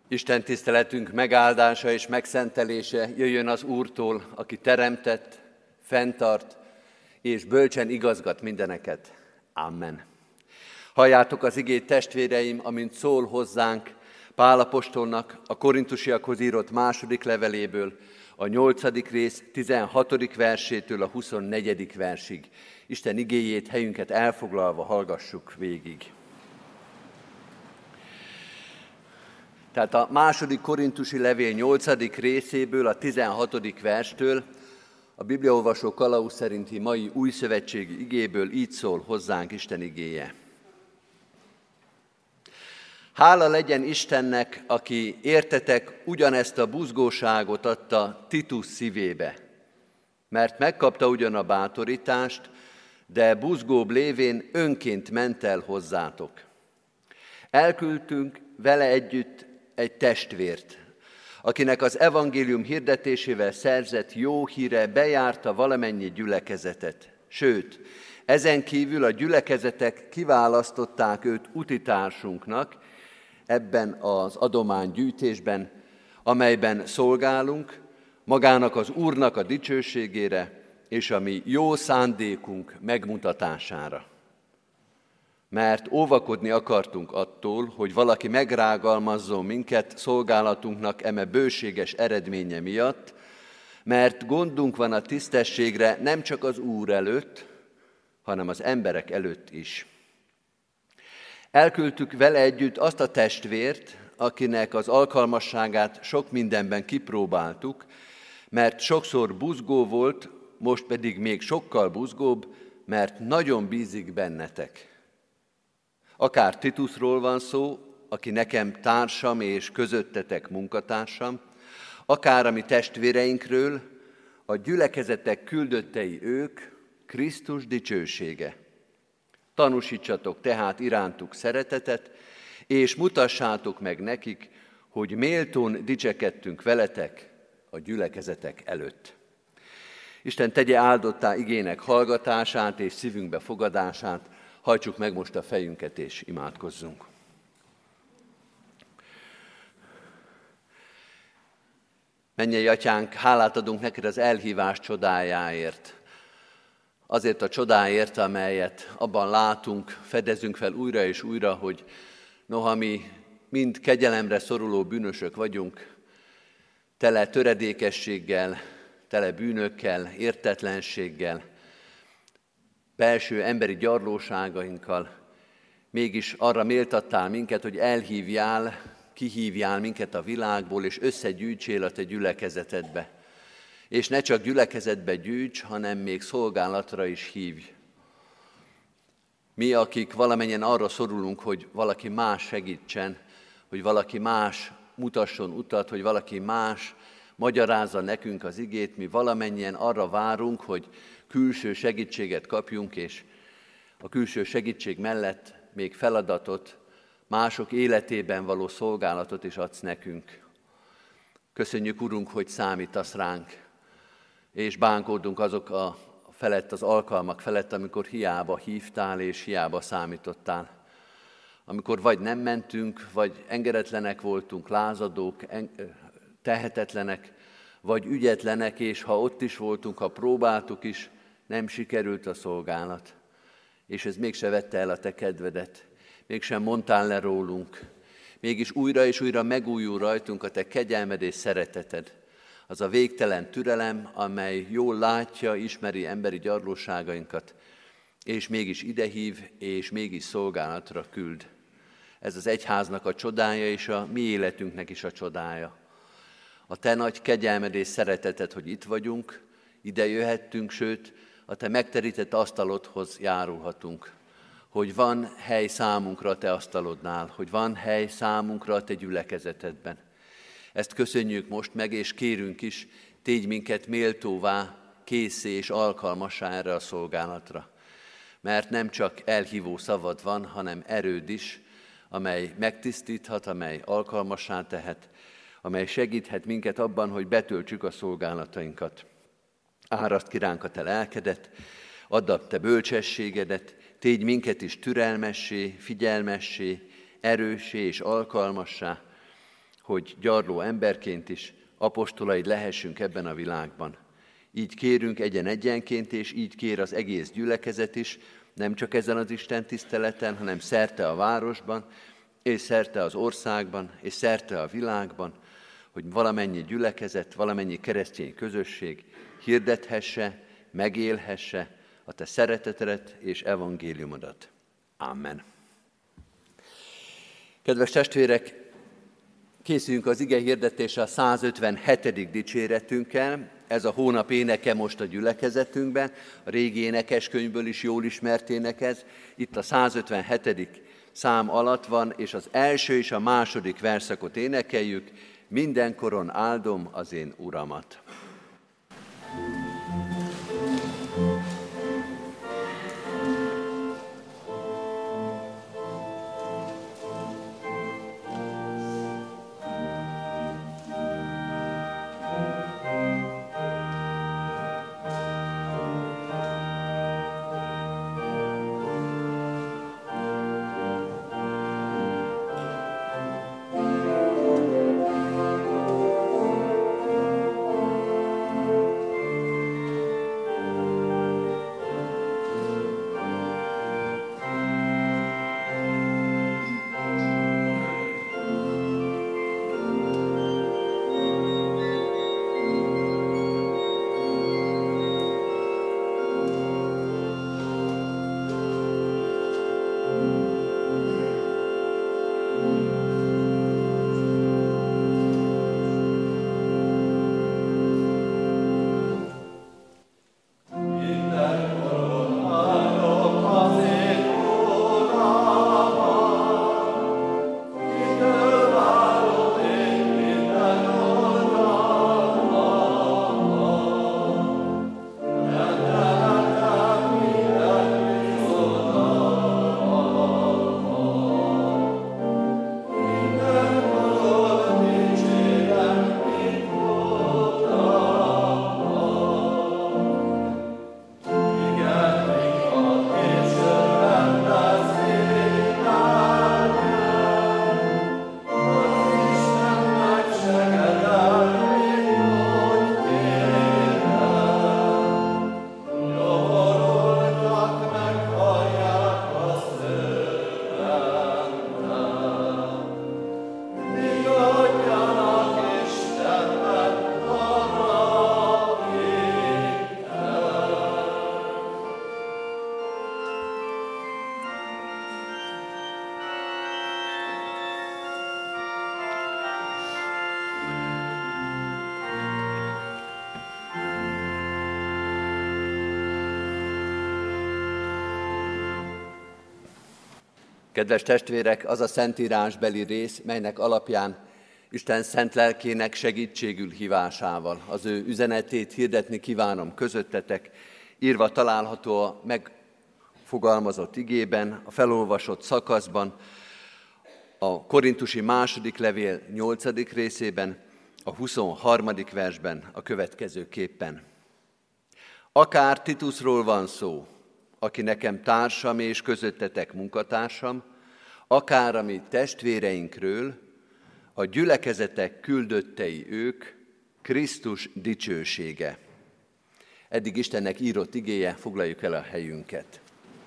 Isten tiszteletünk megáldása és megszentelése jöjjön az Úrtól, aki teremtett, fenntart és bölcsen igazgat mindeneket. Amen. Halljátok az igét, testvéreim, amint szól hozzánk Pál apostolnak a Korintusiakhoz írott második leveléből, a 8. rész 16. versétől a 24. versig. Isten igéjét helyünket elfoglalva hallgassuk végig. Tehát a második korintusi levél 8. részéből, a 16. verstől, a bibliaolvasó kalauz szerinti mai újszövetségi igéből így szól hozzánk Isten igéje. Hála legyen Istennek, aki értetek ugyanezt a buzgóságot adta Titus szívébe, mert megkapta ugyan a bátorítást, de buzgóbb lévén önként ment el hozzátok. Elküldtünk vele együtt egy testvért, akinek az evangélium hirdetésével szerzett jó híre bejárta valamennyi gyülekezetet. Sőt, ezen kívül a gyülekezetek kiválasztották őt utitársunknak ebben az adománygyűjtésben, amelyben szolgálunk, magának az Úrnak a dicsőségére és a mi jó szándékunk megmutatására. Mert óvakodni akartunk attól, hogy valaki megrágalmazzon minket szolgálatunknak eme bőséges eredménye miatt, mert gondunk van a tisztességre nem csak az Úr előtt, hanem az emberek előtt is. Elküldtük vele együtt azt a testvért, akinek az alkalmasságát sok mindenben kipróbáltuk, mert sokszor buzgó volt, most pedig még sokkal buzgóbb, mert nagyon bízik bennetek. Akár Titusról van szó, aki nekem társam és közöttetek munkatársam, akár a mi testvéreinkről, a gyülekezetek küldöttei ők, Krisztus dicsősége. Tanúsítsatok tehát irántuk szeretetet, és mutassátok meg nekik, hogy méltón dicsekedtünk veletek a gyülekezetek előtt. Isten tegye áldottá igének hallgatását és szívünkbe fogadását, hajtsuk meg most a fejünket és imádkozzunk. Mennyei Atyánk, hálát adunk neked az elhívás csodájáért. Azért a csodáért, amelyet abban látunk, fedezünk fel újra és újra, hogy noha mi mind kegyelemre szoruló bűnösök vagyunk, tele töredékességgel, tele bűnökkel, értetlenséggel, belső emberi gyarlóságainkkal, mégis arra méltattál minket, hogy elhívjál, kihívjál minket a világból, és összegyűjtsél a te gyülekezetedbe. És ne csak gyülekezetbe gyűjts, hanem még szolgálatra is hívj. Mi, akik valamennyien arra szorulunk, hogy valaki más segítsen, hogy valaki más mutasson utat, hogy valaki más magyarázza nekünk az igét, mi valamennyien arra várunk, hogy külső segítséget kapjunk, és a külső segítség mellett még feladatot, mások életében való szolgálatot is adsz nekünk. Köszönjük, Urunk, hogy számítasz ránk, és bánkódunk azok az alkalmak felett, amikor hiába hívtál és hiába számítottál. Amikor vagy nem mentünk, vagy engedetlenek voltunk, lázadók, tehetetlenek, vagy ügyetlenek, és ha ott is voltunk, ha próbáltuk is, nem sikerült a szolgálat. És ez mégse vette el a te kedvedet, mégsem mondtál le rólunk, mégis újra és újra megújul rajtunk a te kegyelmed és szereteted. Az a végtelen türelem, amely jól látja, ismeri emberi gyarlóságainkat, és mégis idehív, és mégis szolgálatra küld. Ez az egyháznak a csodája, és a mi életünknek is a csodája. A te nagy kegyelmed és szereteted, hogy itt vagyunk, ide jöhettünk, sőt, a te megterített asztalodhoz járulhatunk. Hogy van hely számunkra a te asztalodnál, hogy van hely számunkra a te gyülekezetedben. Ezt köszönjük most meg, és kérünk is, tégy minket méltóvá, készé és alkalmassá erre a szolgálatra. Mert nem csak elhívó szavad van, hanem erőd is, amely megtisztíthat, amely alkalmassá tehet, amely segíthet minket abban, hogy betöltsük a szolgálatainkat. Áraszt ki ránk a te lelkedet, add a te bölcsességedet, tégy minket is türelmessé, figyelmessé, erőssé és alkalmassá, hogy gyarló emberként is apostolaid lehessünk ebben a világban. Így kérünk egyen-egyenként, és így kér az egész gyülekezet is, nem csak ezen az Isten tiszteleten, hanem szerte a városban, és szerte az országban, és szerte a világban, hogy valamennyi gyülekezet, valamennyi keresztény közösség hirdethesse, megélhesse a te szeretetedet és evangéliumodat. Amen. Kedves testvérek, készüljünk az ige hirdetése a 157. dicséretünkkel. Ez a hónap éneke most a gyülekezetünkben, a régi énekeskönyvből is jól ismert ének ez. Itt a 157. szám alatt van, és az első és a második verszakot énekeljük. Mindenkoron áldom az én Uramat. Kedves testvérek, az a szentírásbeli rész, melynek alapján Isten szent lelkének segítségül hívásával az ő üzenetét hirdetni kívánom közöttetek, írva található a megfogalmazott igében, a felolvasott szakaszban, a Korintusi második levél 8. részében, a 23. versben a következőképpen. Akár Titusról van szó, aki nekem társam és közöttetek munkatársam, akár a mi testvéreinkről, a gyülekezetek küldöttei ők, Krisztus dicsősége. Eddig Istennek írott igéje, foglaljuk el a helyünket.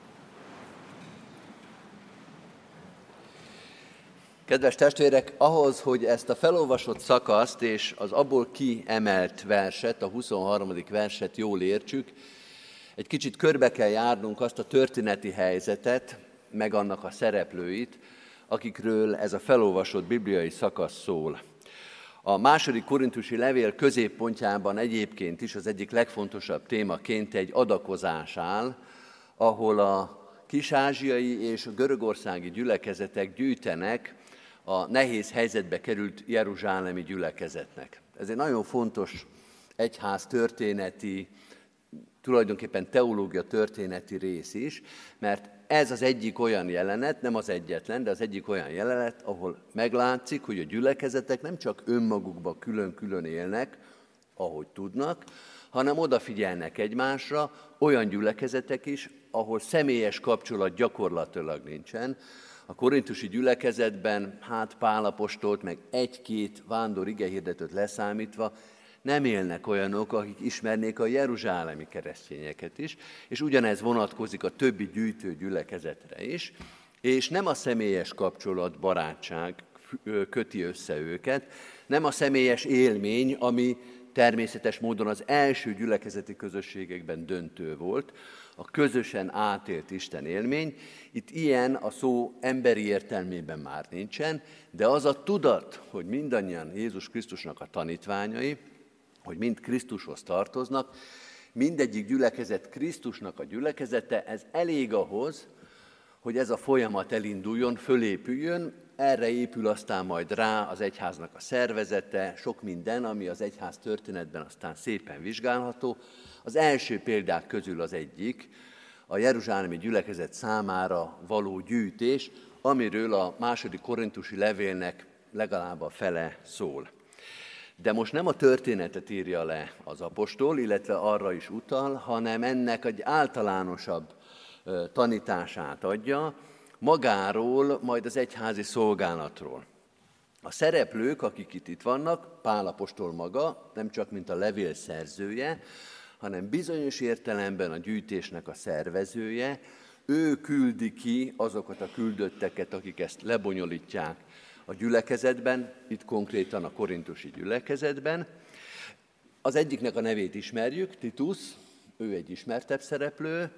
Kedves testvérek, ahhoz, hogy ezt a felolvasott szakaszt és az abból kiemelt verset, a 23. verset jól értsük, egy kicsit körbe kell járnunk azt a történeti helyzetet, meg annak a szereplőit, akikről ez a felolvasott bibliai szakasz szól. A második korintusi levél középpontjában egyébként is az egyik legfontosabb témaként egy adakozás áll, ahol a kis-ázsiai és a görögországi gyülekezetek gyűjtenek a nehéz helyzetbe került jeruzsálemi gyülekezetnek. Ez egy nagyon fontos egyház történeti, tulajdonképpen teológia történeti rész is, mert ez az egyik olyan jelenet, nem az egyetlen, de az egyik olyan jelenet, ahol meglátszik, hogy a gyülekezetek nem csak önmagukban külön-külön élnek, ahogy tudnak, hanem odafigyelnek egymásra, olyan gyülekezetek is, ahol személyes kapcsolat gyakorlatilag nincsen, A korintusi gyülekezetben, Pál apostolt, meg egy-két vándor igehirdetőt leszámítva, nem élnek olyanok, akik ismernék a jeruzsálemi keresztényeket is, és ugyanez vonatkozik a többi gyűjtő gyülekezetre is, és nem a személyes kapcsolat, barátság köti össze őket, nem a személyes élmény, ami természetes módon az első gyülekezeti közösségekben döntő volt, a közösen átélt Isten élmény. Itt ilyen a szó emberi értelmében már nincsen, de az a tudat, hogy mindannyian Jézus Krisztusnak a tanítványai, hogy mind Krisztushoz tartoznak, mindegyik gyülekezet Krisztusnak a gyülekezete, ez elég ahhoz, hogy ez a folyamat elinduljon, fölépüljön, erre épül aztán majd rá az egyháznak a szervezete, sok minden, ami az egyház történetben aztán szépen vizsgálható. Az első példák közül az egyik, a jeruzsálemi gyülekezet számára való gyűjtés, amiről a második korintusi levélnek legalább a fele szól. De most nem a történetet írja le az apostol, illetve arra is utal, hanem ennek egy általánosabb tanítását adja, magáról, majd az egyházi szolgálatról. A szereplők, akik itt vannak, Pál apostol maga, nem csak mint a levél szerzője, hanem bizonyos értelemben a gyűjtésnek a szervezője, ő küldi ki azokat a küldötteket, akik ezt lebonyolítják a gyülekezetben, itt konkrétan a korintusi gyülekezetben. Az egyiknek a nevét ismerjük, Titus, ő egy ismertebb szereplő.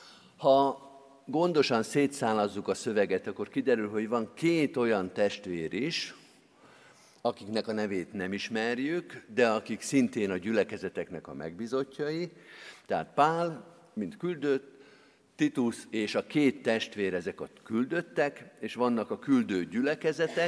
Ha gondosan szétszálazzuk a szöveget, akkor kiderül, hogy van két olyan testvér is, akiknek a nevét nem ismerjük, de akik szintén a gyülekezeteknek a megbízottjai. Tehát Pál, mint küldött, Titus és a két testvér ezek a küldöttek, és vannak a küldő gyülekezetek,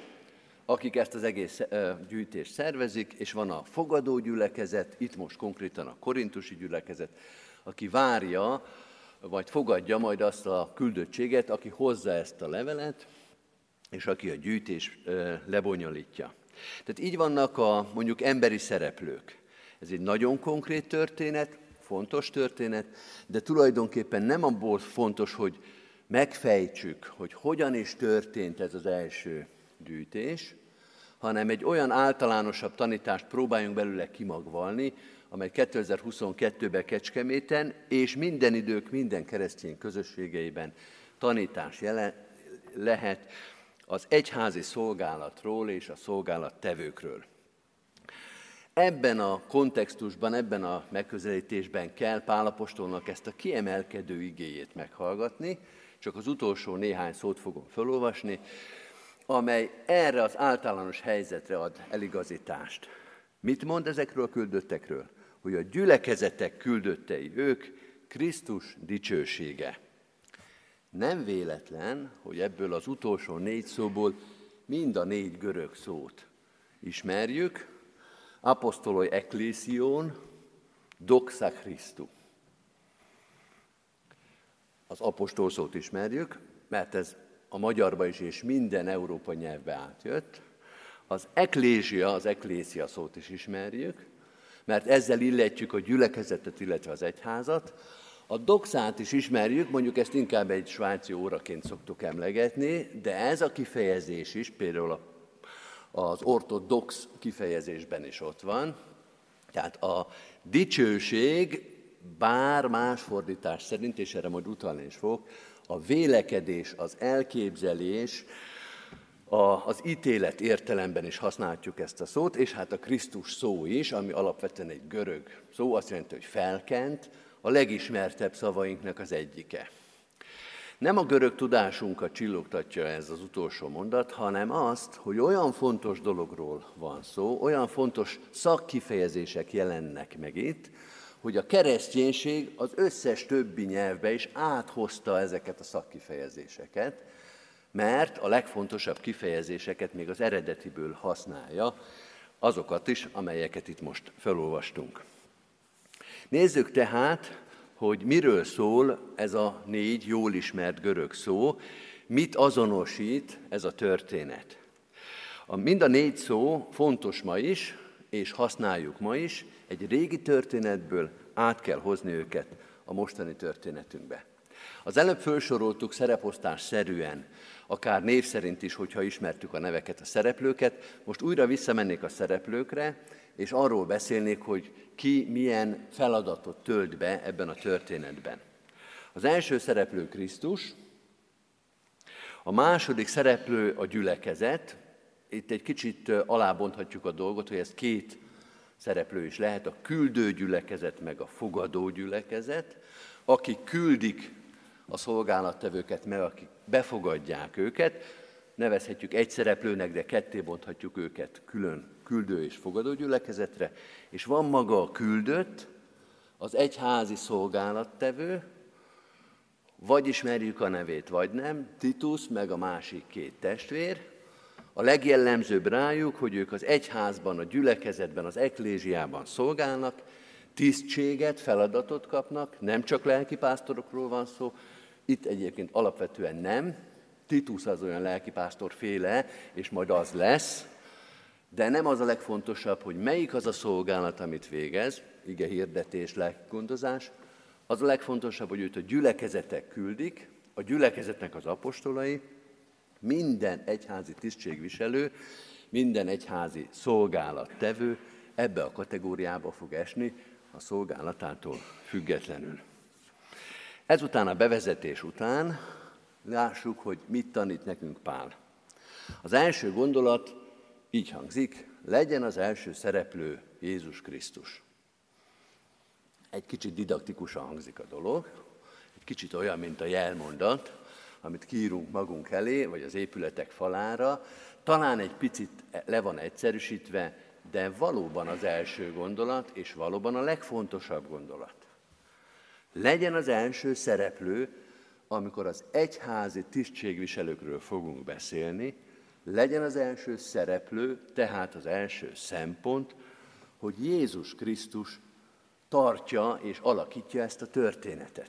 akik ezt az egész gyűjtést szervezik, és van a fogadó gyülekezet, itt most konkrétan a korintusi gyülekezet, aki várja, vagy fogadja majd azt a küldöttséget, aki hozza ezt a levelet, és aki a gyűjtés lebonyolítja. Tehát így vannak a mondjuk emberi szereplők. Ez egy nagyon konkrét történet, fontos történet, de tulajdonképpen nem abból fontos, hogy megfejtsük, hogy hogyan is történt ez az első gyűjtés, hanem egy olyan általánosabb tanítást próbáljunk belőle kimagvalni, amely 2022-ben Kecskeméten és minden idők, minden keresztény közösségeiben tanítás lehet az egyházi szolgálatról és a szolgálattevőkről. Ebben a kontextusban, ebben a megközelítésben kell Pál apostolnak ezt a kiemelkedő igéjét meghallgatni, csak az utolsó néhány szót fogom felolvasni, amely erre az általános helyzetre ad eligazítást. Mit mond ezekről a küldöttekről? Hogy a gyülekezetek küldöttei ők, Krisztus dicsősége. Nem véletlen, hogy ebből az utolsó 4 szóból mind a 4 görög szót ismerjük, apostoloi ekklésion, doxa Christu. Az apostol szót ismerjük, mert ez a magyarba is és minden európai nyelvbe átjött. Az ekklésia, az ekklésia szót is ismerjük, mert ezzel illetjük a gyülekezetet, illetve az egyházat. A doxát is ismerjük, mondjuk ezt inkább egy svájci óraként szoktuk emlegetni, de ez a kifejezés is, például az ortodox kifejezésben is ott van. Tehát a dicsőség, bár más fordítás szerint, és erre majd utalni is fogok, a vélekedés, az elképzelés, az ítélet értelemben is használjuk ezt a szót, és hát a Krisztus szó is, ami alapvetően egy görög szó, azt jelenti, hogy felkent, a legismertebb szavainknak az egyike. Nem a görög tudásunkat csillogtatja ez az utolsó mondat, hanem azt, hogy olyan fontos dologról van szó, olyan fontos szakkifejezések jelennek meg itt, hogy a kereszténység az összes többi nyelvbe is áthozta ezeket a szakkifejezéseket, mert a legfontosabb kifejezéseket még az eredetiből használja, azokat is, amelyeket itt most felolvastunk. Nézzük tehát, hogy miről szól ez a 4 jól ismert görög szó, mit azonosít ez a történet. Mind a 4 szó fontos ma is, és használjuk ma is, egy régi történetből át kell hozni őket a mostani történetünkbe. Az előbb felsoroltuk szereposztásszerűen, akár név szerint is, hogyha ismertük a neveket, a szereplőket. Most újra visszamennék a szereplőkre, és arról beszélnék, hogy ki milyen feladatot tölt be ebben a történetben. Az első szereplő Krisztus, a második szereplő a gyülekezet. Itt egy kicsit alábonthatjuk a dolgot, hogy ez két szereplő is lehet, a küldő gyülekezet meg a fogadó gyülekezet, akik küldik a szolgálattevőket, meg akik befogadják őket, nevezhetjük egy szereplőnek, de ketté bonthatjuk őket külön küldő és fogadó gyülekezetre, és van maga a küldött, az egyházi szolgálattevő, vagy ismerjük a nevét, vagy nem, Titus, meg a másik két testvér. A legjellemzőbb rájuk, hogy ők az egyházban, a gyülekezetben, az eklézsiában szolgálnak, tisztséget, feladatot kapnak, nem csak lelkipásztorokról van szó, itt egyébként alapvetően nem, Titus az olyan lelkipásztorféle, és majd az lesz, de nem az a legfontosabb, hogy melyik az a szolgálat, amit végez, ige hirdetés, lelkigondozás, az a legfontosabb, hogy őt a gyülekezetek küldik, a gyülekezetnek az apostolai, minden egyházi tisztségviselő, minden egyházi szolgálattevő ebbe a kategóriába fog esni, a szolgálatától függetlenül. Ezután a bevezetés után lássuk, hogy mit tanít nekünk Pál. Az első gondolat így hangzik, legyen az első szereplő Jézus Krisztus. Egy kicsit didaktikusan hangzik a dolog, egy kicsit olyan, mint a jelmondat, amit kiírunk magunk elé, vagy az épületek falára, talán egy picit le van egyszerűsítve, de valóban az első gondolat, és valóban a legfontosabb gondolat. Legyen az első szereplő, amikor az egyházi tisztségviselőkről fogunk beszélni, legyen az első szereplő, tehát az első szempont, hogy Jézus Krisztus tartja és alakítja ezt a történetet.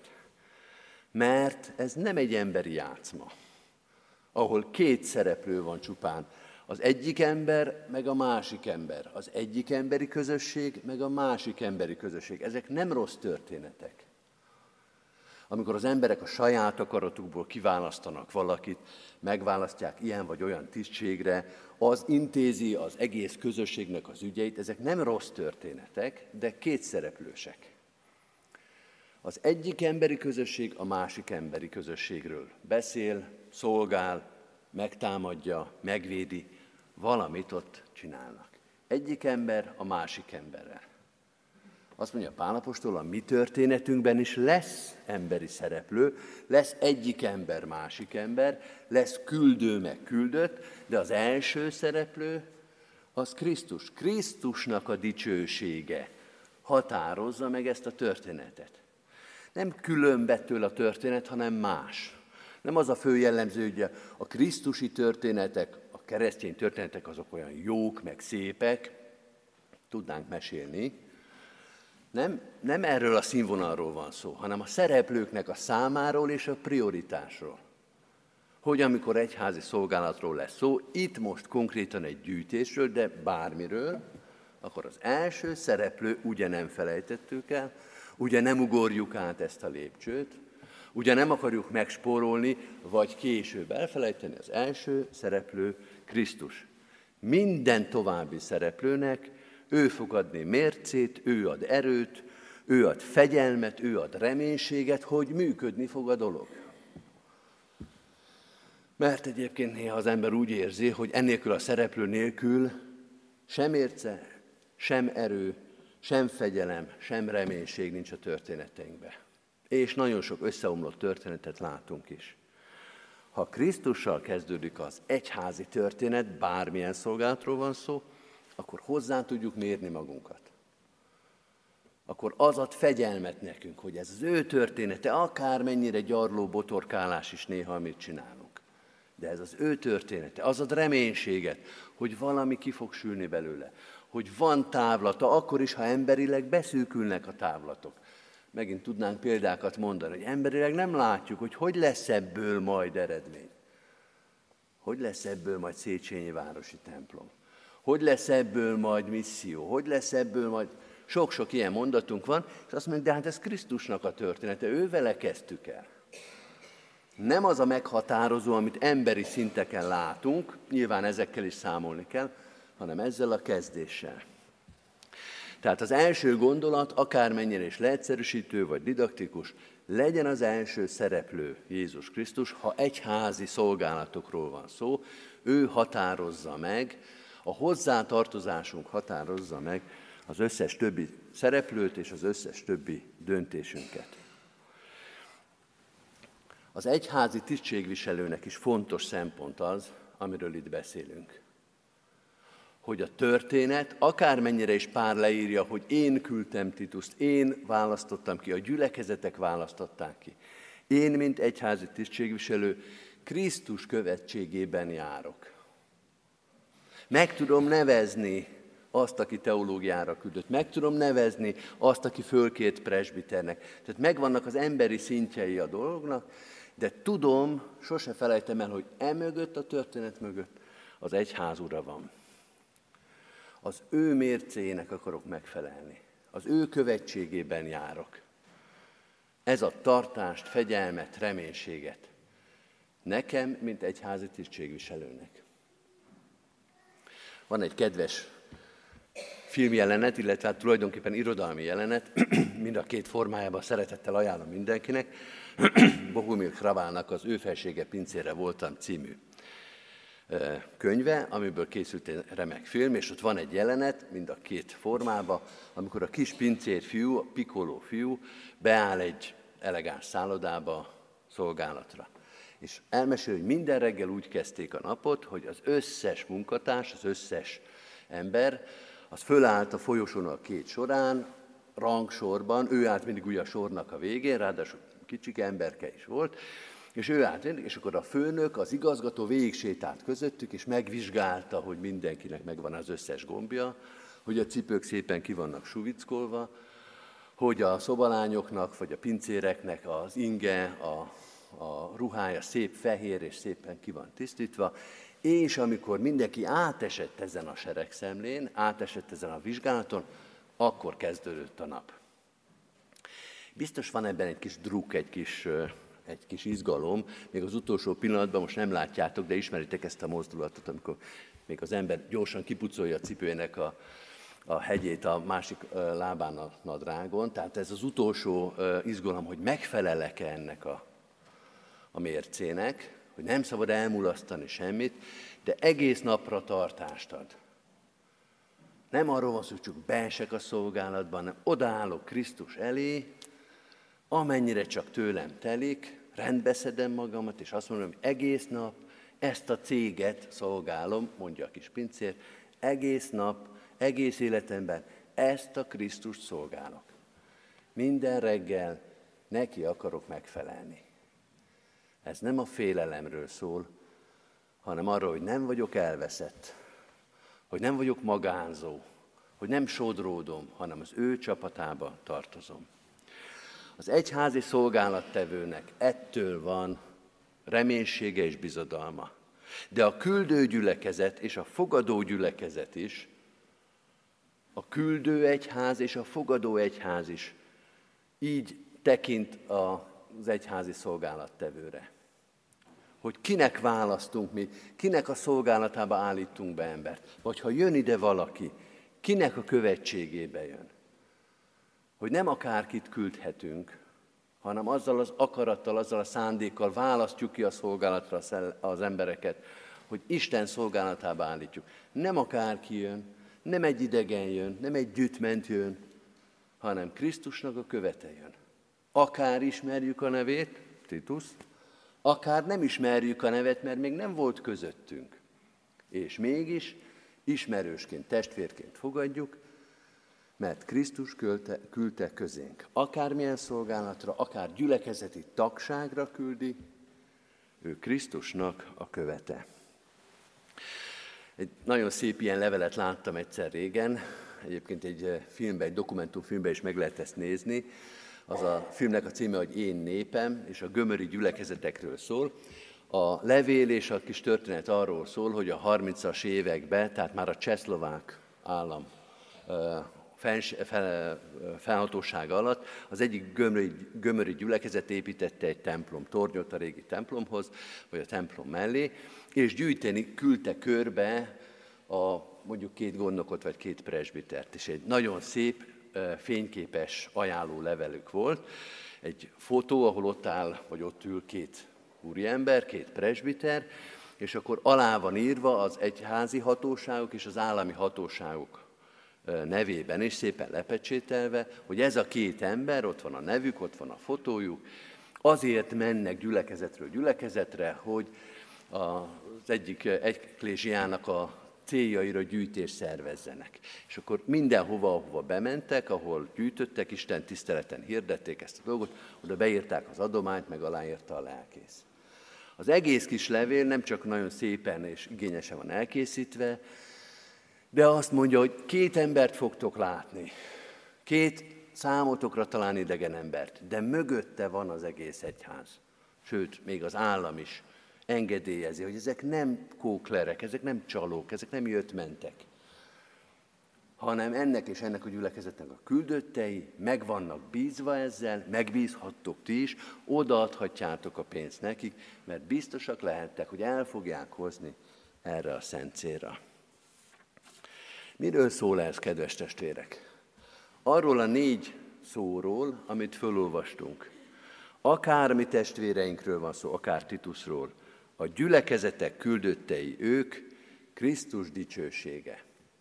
Mert ez nem egy emberi játszma, ahol két szereplő van csupán. Az egyik ember, meg a másik ember. Az egyik emberi közösség, meg a másik emberi közösség. Ezek nem rossz történetek. Amikor az emberek a saját akaratukból kiválasztanak valakit, megválasztják ilyen vagy olyan tisztségre, az intézi az egész közösségnek az ügyeit, ezek nem rossz történetek, de kétszereplősek. Az egyik emberi közösség a másik emberi közösségről beszél, szolgál, megtámadja, megvédi, valamit ott csinálnak. Egyik ember a másik emberrel. Azt mondja Pál apostol, a mi történetünkben is lesz emberi szereplő, lesz egyik ember, másik ember, lesz küldő, meg küldött, de az első szereplő az Krisztus. Krisztusnak a dicsősége határozza meg ezt a történetet. Nem különbet tőle a történet, hanem más. Nem az a fő jellemző, hogy a krisztusi történetek, a keresztény történetek azok olyan jók, meg szépek, tudnánk mesélni. Nem erről a színvonalról van szó, hanem a szereplőknek a számáról és a prioritásról. Hogy amikor egyházi szolgálatról lesz szó, itt most konkrétan egy gyűjtésről, de bármiről, akkor az első szereplő, ugye nem felejtettük el, ugye nem ugorjuk át ezt a lépcsőt, ugye nem akarjuk megspórolni, vagy később elfelejteni, az első szereplő Krisztus. Minden további szereplőnek ő fog adni mércét, ő ad erőt, ő ad fegyelmet, ő ad reménységet, hogy működni fog a dolog. Mert egyébként néha az ember úgy érzi, hogy ennélkül a szereplő nélkül sem mérce, sem erő, sem fegyelem, sem reménység nincs a történeteinkben. És nagyon sok összeomlott történetet látunk is. Ha Krisztussal kezdődik az egyházi történet, bármilyen szolgálatról van szó, akkor hozzá tudjuk mérni magunkat. Akkor az ad fegyelmet nekünk, hogy ez az ő története, akármennyire gyarló botorkálás is néha, amit csinálunk. De ez az ő története, az ad reménységet, hogy valami ki fog sülni belőle. Hogy van távlata, akkor is, ha emberileg beszűkülnek a távlatok. Megint tudnánk példákat mondani, hogy emberileg nem látjuk, hogy lesz ebből majd eredmény. Hogy lesz ebből majd Széchenyi városi templom. Hogy lesz ebből majd misszió, hogy lesz ebből majd... Sok-sok ilyen mondatunk van, és azt mondjuk, de hát ez Krisztusnak a története, ő vele kezdtük el. Nem az a meghatározó, amit emberi szinteken látunk, nyilván ezekkel is számolni kell, hanem ezzel a kezdéssel. Tehát az első gondolat, akármennyire is leegyszerűsítő vagy didaktikus, legyen az első szereplő Jézus Krisztus, ha egyházi szolgálatokról van szó, ő határozza meg, a hozzátartozásunk határozza meg az összes többi szereplőt és az összes többi döntésünket. Az egyházi tisztségviselőnek is fontos szempont az, amiről itt beszélünk. Hogy a történet, akármennyire is Pál leírja, hogy én küldtem Tituszt, én választottam ki, a gyülekezetek választották ki. Én, mint egyházi tisztségviselő, Krisztus követségében járok. Meg tudom nevezni azt, aki teológiára küldött. Meg tudom nevezni azt, aki fölkért presbiternek. Tehát megvannak az emberi szintjei a dolognak, de tudom, sose felejtem el, hogy emögött, a történet mögött az egyház ura van. Az ő mércéjének akarok megfelelni. Az ő követségében járok. Ez a tartást, fegyelmet, reménységet. Nekem, mint egyházi tisztségviselőnek. Van egy kedves filmjelenet, illetve hát tulajdonképpen irodalmi jelenet, mind a két formájában szeretettel ajánlom mindenkinek. Bohumil Hrabálnak az Ő felsége pincére voltam című könyve, amiből készült egy remek film, és ott van egy jelenet, mind a két formában, amikor a kis pincér fiú, a Piccolo fiú beáll egy elegáns szállodába szolgálatra. És elmesél, hogy minden reggel úgy kezdték a napot, hogy az összes munkatárs, az összes ember, az fölállt a folyosón a két során, rangsorban, ő állt mindig úgy a sornak a végén, ráadásul kicsike emberke is volt, és ő állt mindig, és akkor a főnök, az igazgató végig sétált közöttük, és megvizsgálta, hogy mindenkinek megvan az összes gombja, hogy a cipők szépen ki vannak suvickolva, hogy a szobalányoknak, vagy a pincéreknek az inge, a ruhája szép fehér, és szépen ki van tisztítva, és amikor mindenki átesett ezen a seregszemlén, átesett ezen a vizsgálaton, akkor kezdődött a nap. Biztos van ebben egy kis druk, egy kis izgalom, még az utolsó pillanatban, most nem látjátok, de ismeritek ezt a mozdulatot, amikor még az ember gyorsan kipucolja a cipőjének a hegyét a másik lábán a nadrágon. Tehát ez az utolsó izgalom, hogy megfelelek-e ennek a mércének, hogy nem szabad elmulasztani semmit, de egész napra tartást ad. Nem arról van szó, hogy csak beesek a szolgálatban, hanem odaállok Krisztus elé, amennyire csak tőlem telik, rendbeszedem magamat, és azt mondom, hogy egész nap ezt a céget szolgálom, mondja a kis pincér, egész nap, egész életemben ezt a Krisztust szolgálok. Minden reggel neki akarok megfelelni. Ez nem a félelemről szól, hanem arról, hogy nem vagyok elveszett, hogy nem vagyok magánzó, hogy nem sodródom, hanem az ő csapatába tartozom. Az egyházi szolgálattevőnek ettől van reménysége és bizodalma. De a küldő gyülekezet és a fogadó gyülekezet is, a küldő egyház és a fogadó egyház is így tekint az egyházi szolgálattevőre. Hogy kinek választunk mi, kinek a szolgálatába állítunk be embert. Vagy ha jön ide valaki, kinek a követségébe jön. Hogy nem akárkit küldhetünk, hanem azzal az akarattal, azzal a szándékkal választjuk ki a szolgálatra az embereket, hogy Isten szolgálatába állítjuk. Nem akárki jön, nem egy idegen jön, nem egy gyütment jön, hanem Krisztusnak a követe jön. Akár ismerjük a nevét, Titus, akár nem ismerjük a nevet, mert még nem volt közöttünk. És mégis ismerősként, testvérként fogadjuk, mert Krisztus küldte közénk. Akármilyen szolgálatra, akár gyülekezeti tagságra küldi, ő Krisztusnak a követe. Egy nagyon szép ilyen levelet láttam egyszer régen, egyébként egy filmben, egy dokumentumfilmben is meg lehet ezt nézni. Az a filmnek a címe, hogy Én népem, és a gömöri gyülekezetekről szól. A levél és a kis történet arról szól, hogy a 30-as években, tehát már a csehszlovák állam felhatósága alatt az egyik gömöri gyülekezet építette egy templom tornyot a régi templomhoz, vagy a templom mellé, és gyűjteni küldte körbe mondjuk 2 gondnokot, vagy 2 presbitert. És egy nagyon szép, fényképes ajánló levelük volt, egy fotó, ahol ott áll, vagy ott ül 2 úriember, 2 presbiter, és akkor alá van írva az egyházi hatóságok és az állami hatóságok nevében is szépen lepecsételve, hogy ez a 2 ember, ott van a nevük, ott van a fotójuk, azért mennek gyülekezetről gyülekezetre, hogy az egyik ekklésiának a céljaira gyűjtést szervezzenek. És akkor mindenhova, ahova bementek, ahol gyűjtöttek, Isten tiszteleten hirdették ezt a dolgot, oda beírták az adományt, meg aláírta a lelkész. Az egész kis levél nem csak nagyon szépen és igényesen van elkészítve, de azt mondja, hogy 2 embert fogtok látni, 2 számotokra talán idegen embert, de mögötte van az egész egyház. Sőt, még az állam is engedélyezi, hogy ezek nem kóklerek, ezek nem csalók, ezek nem jött-mentek, hanem ennek és ennek a gyülekezetnek a küldöttei meg vannak bízva ezzel, megbízhattok ti is, odaadhatjátok a pénzt nekik, mert biztosak lehettek, hogy el fogják hozni erre a szent célra. Miről szól ez, kedves testvérek? Arról a 4 szóról, amit fölolvastunk. Akár mi testvéreinkről van szó, akár Titusról, a gyülekezetek küldöttei ők, Krisztus dicsősége.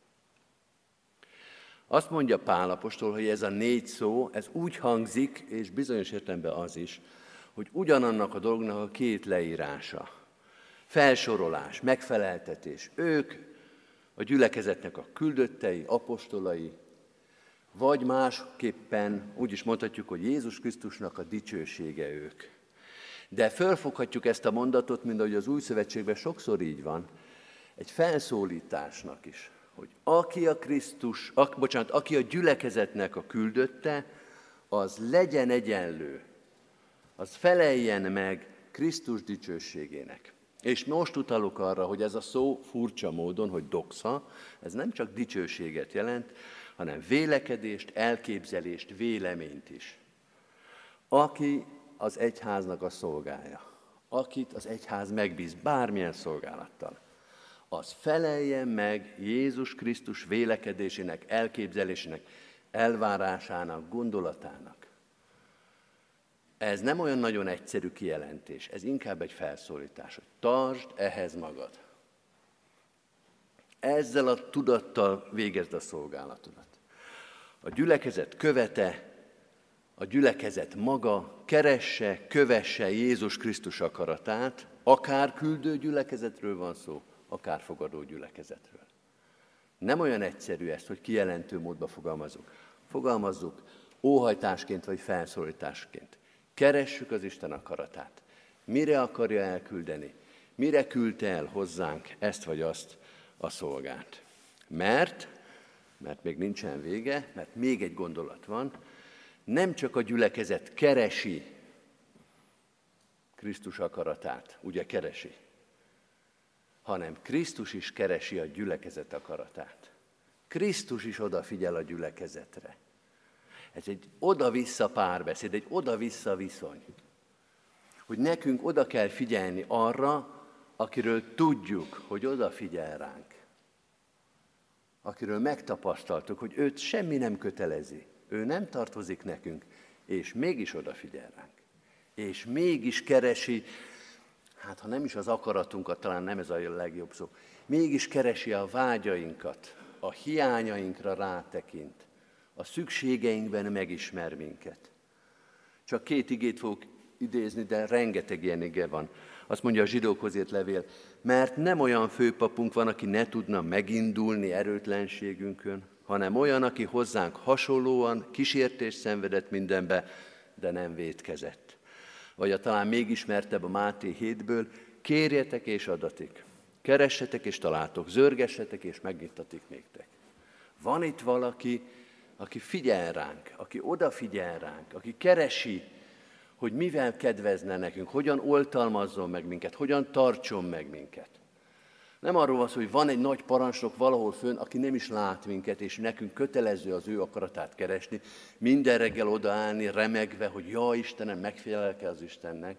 Azt mondja Pál apostol, hogy ez a 4 szó, ez úgy hangzik, és bizonyos értelemben az is, hogy ugyanannak a dolognak a 2 leírása. Felsorolás, megfeleltetés. Ők a gyülekezetnek a küldöttei, apostolai, vagy másképpen úgy is mondhatjuk, hogy Jézus Krisztusnak a dicsősége ők. De fölfoghatjuk ezt a mondatot, mint ahogy az Új Szövetségben sokszor így van, egy felszólításnak is, hogy aki a gyülekezetnek a küldötte, az legyen egyenlő, az feleljen meg Krisztus dicsőségének. És most utalok arra, hogy ez a szó furcsa módon, hogy doxa, ez nem csak dicsőséget jelent, hanem vélekedést, elképzelést, véleményt is. Aki az egyháznak a szolgája, akit az egyház megbíz bármilyen szolgálattal, az feleljen meg Jézus Krisztus vélekedésének, elképzelésének, elvárásának, gondolatának. Ez nem olyan nagyon egyszerű kijelentés, ez inkább egy felszólítás, hogy tartsd ehhez magad. Ezzel a tudattal végezd a szolgálatodat. A gyülekezet követe, a gyülekezet maga keresse, kövesse Jézus Krisztus akaratát, akár küldő gyülekezetről van szó, akár fogadó gyülekezetről. Nem olyan egyszerű ezt, hogy kijelentő módba fogalmazunk. Fogalmazzuk óhajtásként vagy felszólításként. Keressük az Isten akaratát. Mire akarja elküldeni? Mire küldte el hozzánk ezt vagy azt a szolgát? Mert még nincsen vége, mert még egy gondolat van, nem csak a gyülekezet keresi Krisztus akaratát, ugye keresi, hanem Krisztus is keresi a gyülekezet akaratát. Krisztus is odafigyel a gyülekezetre. Ez egy oda-vissza párbeszéd, egy oda-vissza viszony. Hogy nekünk oda kell figyelni arra, akiről tudjuk, hogy odafigyel ránk. Akiről megtapasztaltuk, hogy őt semmi nem kötelezi. Ő nem tartozik nekünk, és mégis odafigyel ránk. És mégis keresi, hát ha nem is az akaratunkat, talán nem ez a legjobb szó, mégis keresi a vágyainkat, a hiányainkra rátekint, a szükségeinkben megismer minket. Csak 2 igét fogok idézni, de rengeteg ilyen ige van. Azt mondja a zsidókhoz írt levél, mert nem olyan főpapunk van, aki ne tudna megindulni erőtlenségünkön, hanem olyan, aki hozzánk hasonlóan kísértést szenvedett mindenbe, de nem vétkezett. Vagy a talán még ismertebb a Máté 7-ből, kérjetek és adatik, keressetek és találtok, zörgessetek és megnyitatik néktek. Van itt valaki, aki figyel ránk, aki odafigyel ránk, aki keresi, hogy mivel kedvezne nekünk, hogyan oltalmazzon meg minket, hogyan tartson meg minket. Nem arról van szó, hogy van egy nagy parancsnok valahol fönn, aki nem is lát minket, és nekünk kötelező az ő akaratát keresni, minden reggel odaállni, remegve, hogy ja, Istenem, megfelelek-e az Istennek,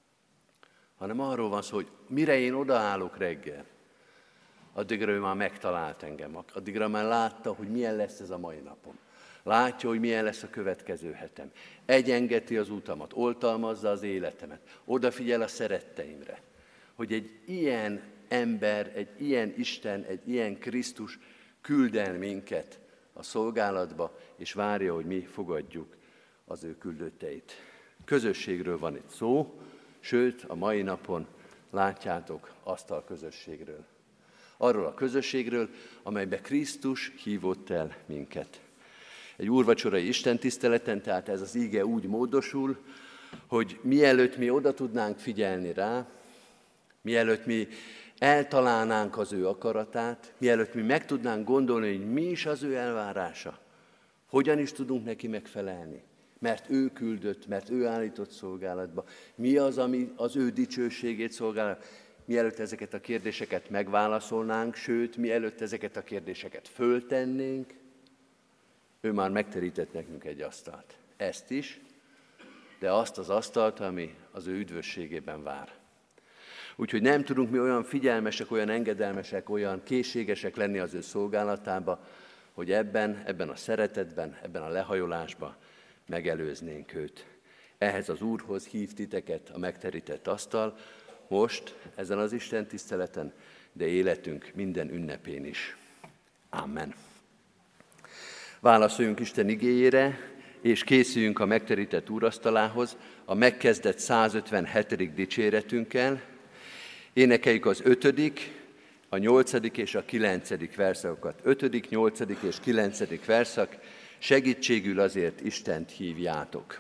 hanem arról van szó, hogy mire én odaállok reggel, addigra ő már megtalált engem, addigra már látta, hogy milyen lesz ez a mai napom. Látja, hogy milyen lesz a következő hetem. Egyengeti az utamat, oltalmazza az életemet, odafigyel a szeretteimre, hogy egy ilyen ember, egy ilyen Isten, egy ilyen Krisztus küld el minket a szolgálatba, és várja, hogy mi fogadjuk az ő küldötteit. Közösségről van itt szó, sőt, a mai napon látjátok asztal közösségről. Arról a közösségről, amelybe Krisztus hívott el minket. Egy úrvacsorai istentiszteleten, tehát ez az ige úgy módosul, hogy mielőtt mi oda tudnánk figyelni rá, mielőtt mi eltalálnánk az ő akaratát, mielőtt mi meg tudnánk gondolni, hogy mi is az ő elvárása, hogyan is tudunk neki megfelelni, mert ő küldött, mert ő állított szolgálatba, mi az, ami az ő dicsőségét szolgál, mielőtt ezeket a kérdéseket megválaszolnánk, sőt, mielőtt ezeket a kérdéseket föltennénk, ő már megterített nekünk egy asztalt. Ezt is, de azt az asztalt, ami az ő üdvösségében vár. Úgyhogy nem tudunk mi olyan figyelmesek, olyan engedelmesek, olyan készségesek lenni az ő szolgálatába, hogy ebben a szeretetben, ebben a lehajolásban megelőznénk őt. Ehhez az Úrhoz hív titeket a megterített asztal, most, ezen az Isten tiszteleten, de életünk minden ünnepén is. Amen. Válaszoljunk Isten igéjére, és készüljünk a megterített úrasztalához a megkezdett 157. dicséretünkkel. Énekeljük az 5., a 8. és a 9. verszakokat. 5., 8. és 9. verszak, segítségül azért Istent hívjátok.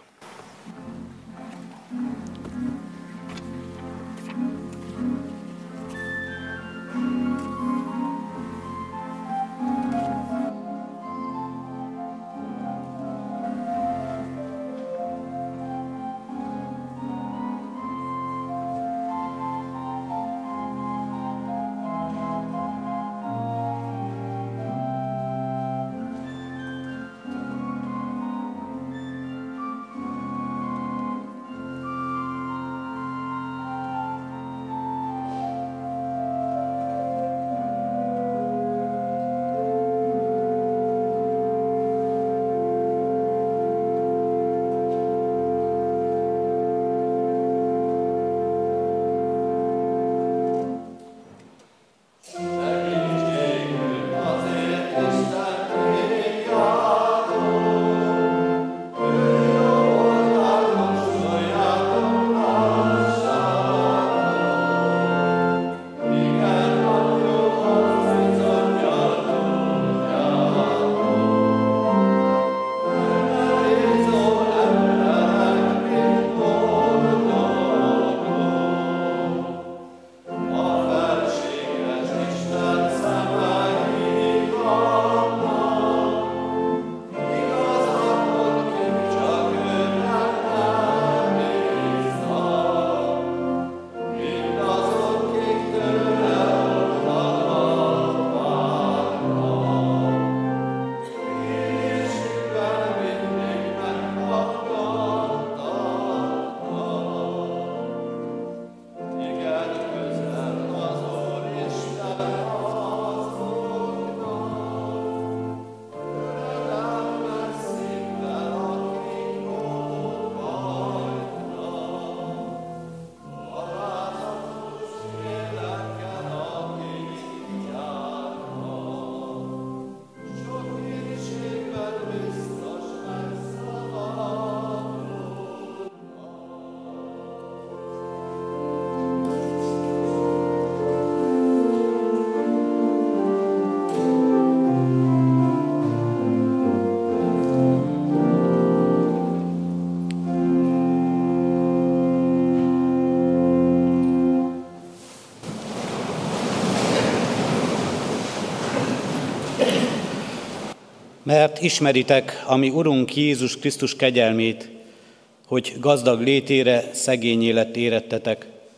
Mert ismeritek a mi Urunk Jézus Krisztus kegyelmét, hogy gazdag létére szegényé lett érettetek,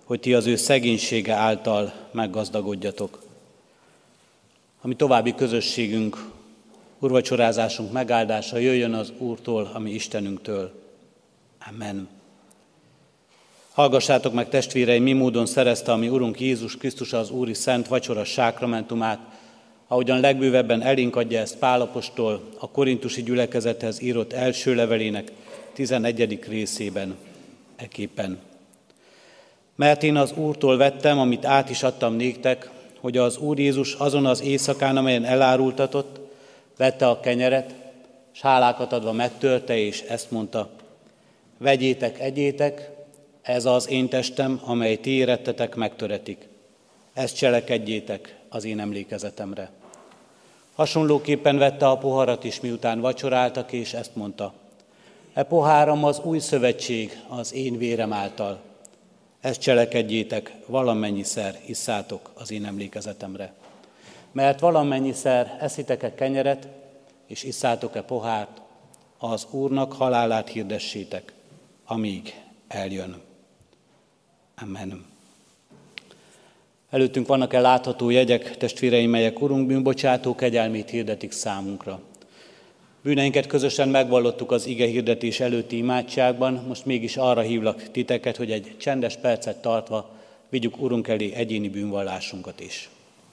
hogy ti az ő szegénysége által meggazdagodjatok. A mi további közösségünk, úrvacsorázásunk megáldása jöjjön az Úrtól, a mi Istenünktől. Amen. Hallgassátok meg, testvéreim, mi módon szerezte a mi Urunk Jézus Krisztus az Úri Szent Vacsora sákramentumát, ahogyan legbővebben elénk adja ezt Pál apostol a korintusi gyülekezethez írott első levelének 11. részében, eképpen. Mert én az Úrtól vettem, amit át is adtam néktek, hogy az Úr Jézus azon az éjszakán, amelyen elárultatott, vette a kenyeret, s hálákat adva megtörte, és ezt mondta: vegyétek, egyétek, ez az én testem, amely ti érettetek, megtöretik. Ezt cselekedjétek az én emlékezetemre. Hasonlóképpen vette a poharat is, miután vacsoráltak, és ezt mondta: e poháram az új szövetség az én vérem által. Ezt cselekedjétek, valamennyiszer isszátok az én emlékezetemre. Mert valamennyiszer eszitek-e kenyeret, és isszátok-e pohárt, az Úrnak halálát hirdessétek, amíg eljön. Amen. Előttünk vannak-e látható jegyek, testvéreim, melyek Urunk bűnbocsátó kegyelmét hirdetik számunkra. Bűneinket közösen megvallottuk az ige hirdetés előtti imádságban, most mégis arra hívlak titeket, hogy egy csendes percet tartva vigyük Urunk elé egyéni bűnvallásunkat is.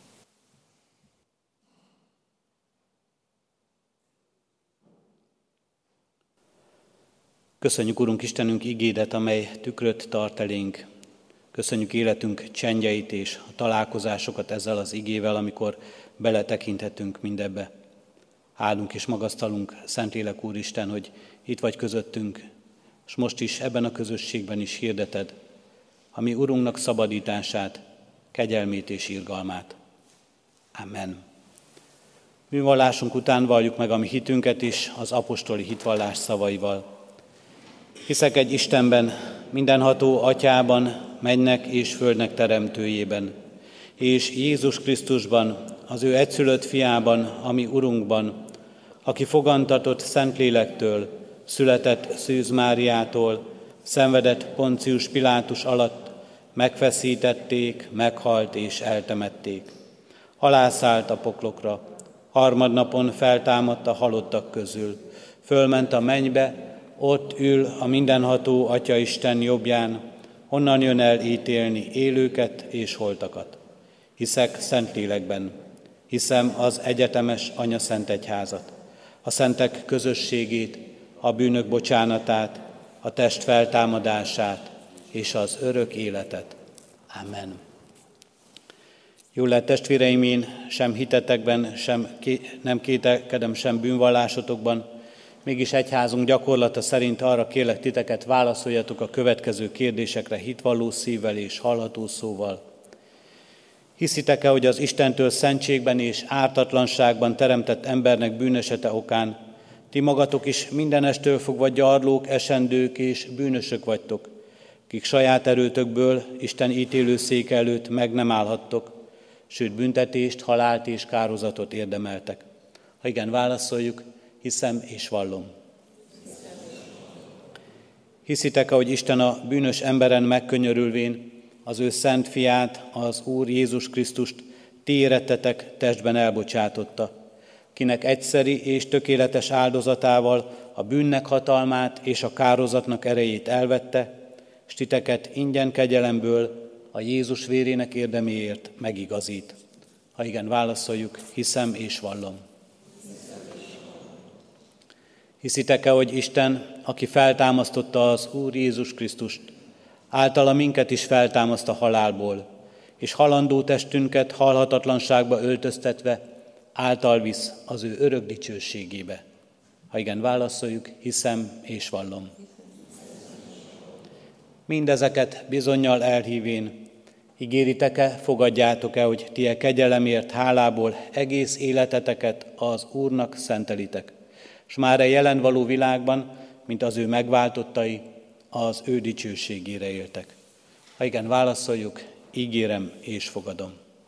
Köszönjük, Urunk Istenünk, igédet, amely tükröt tart elénk. Köszönjük életünk csendjeit és a találkozásokat ezzel az igével, amikor beletekinthetünk mindebbe. Áldunk és magasztalunk, Szentlélek Úristen, hogy itt vagy közöttünk, és most is ebben a közösségben is hirdeted a mi Urunknak szabadítását, kegyelmét és irgalmát. Amen. Bűnvallásunk után valljuk meg a mi hitünket is az apostoli hitvallás szavaival. Hiszek egy Istenben, mindenható Atyában, mennek és földnek teremtőjében, és Jézus Krisztusban, az ő egyszülött fiában, a mi Urunkban, aki fogantatott Szentlélektől, született Szűz Máriától, szenvedett Poncius Pilátus alatt, megfeszítették, meghalt és eltemették. Alászállt a poklokra, harmadnapon feltámadt a halottak közül, fölment a mennybe, ott ül a mindenható Atyaisten jobbján, onnan jön el ítélni élőket és holtakat. Hiszek Szentlélekben, hiszem az egyetemes Anyaszentegyházat, a szentek közösségét, a bűnök bocsánatát, a test feltámadását és az örök életet. Amen. Jól lehet, testvéreim, én sem hitetekben, nem kételkedem, sem bűnvallásotokban, mégis egyházunk gyakorlata szerint arra kérlek titeket, válaszoljatok a következő kérdésekre hitvalló szívvel és hallható szóval. Hiszitek-e, hogy az Istentől szentségben és ártatlanságban teremtett embernek bűnesete okán ti magatok is mindenestől fogva gyarlók, esendők és bűnösök vagytok, kik saját erőtökből Isten ítélőszéke előtt meg nem állhattok, sőt büntetést, halált és kározatot érdemeltek? Ha igen, válaszoljuk: hiszem és vallom. Hiszitek-e, hogy Isten a bűnös emberen megkönyörülvén az ő szent fiát, az Úr Jézus Krisztust ti érettetek testben elbocsátotta, kinek egyszeri és tökéletes áldozatával a bűnnek hatalmát és a kározatnak erejét elvette, s titeket ingyen kegyelemből a Jézus vérének érdeméért megigazít? Ha igen, válaszoljuk: hiszem és vallom. Hiszitek-e, hogy Isten, aki feltámasztotta az Úr Jézus Krisztust, általa minket is feltámaszt a halálból, és halandó testünket halhatatlanságba öltöztetve által visz az ő örök dicsőségébe? Ha igen, válaszoljuk: hiszem és vallom. Mindezeket bizonnyal elhívén, ígéritek-e, fogadjátok-e, hogy ti a kegyelemért hálából egész életeteket az Úrnak szentelitek, s már a jelen való világban, mint az ő megváltottai, az ő dicsőségére éltek? Ha igen, válaszoljuk: ígérem és fogadom.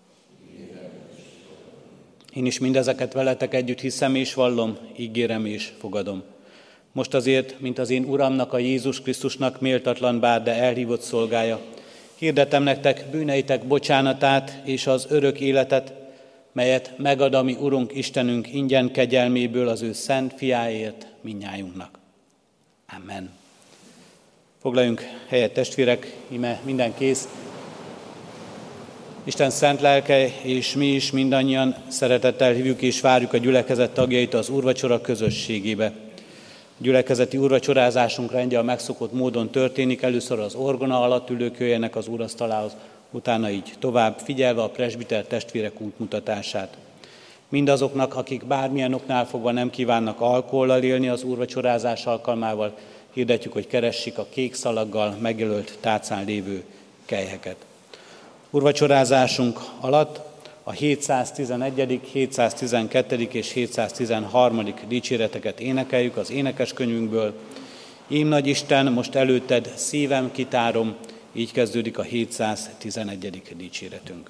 Én is mindezeket veletek együtt hiszem és vallom, ígérem és fogadom. Most azért, mint az én Uramnak, a Jézus Krisztusnak méltatlan bár, de elhívott szolgája, Hirdetem nektek bűneitek bocsánatát és az örök életet, melyet megad a mi Urunk Istenünk ingyen kegyelméből az ő szent fiáért mindnyájunknak. Amen. Foglaljunk helyet, testvérek, íme minden kész. Isten szent lelke és mi is mindannyian szeretettel hívjuk és várjuk a gyülekezet tagjait az úrvacsora közösségébe. Gyülekezeti úrvacsorázásunk rendje a megszokott módon történik. Először az orgona alatt ülők jöjjenek az úrasztalához, utána így tovább, figyelve a presbiter testvérek útmutatását. Mindazoknak, akik bármilyen oknál fogva nem kívánnak alkohollal élni az úrvacsorázás alkalmával, hirdetjük, hogy keressék a kék szalaggal megjelölt tálcán lévő kelyheket. Úrvacsorázásunk alatt a 711., 712. és 713. dicséreteket énekeljük az énekeskönyvünkből. Ím nagy Isten, most előtted szívem kitárom, így kezdődik a 711. dicséretünk.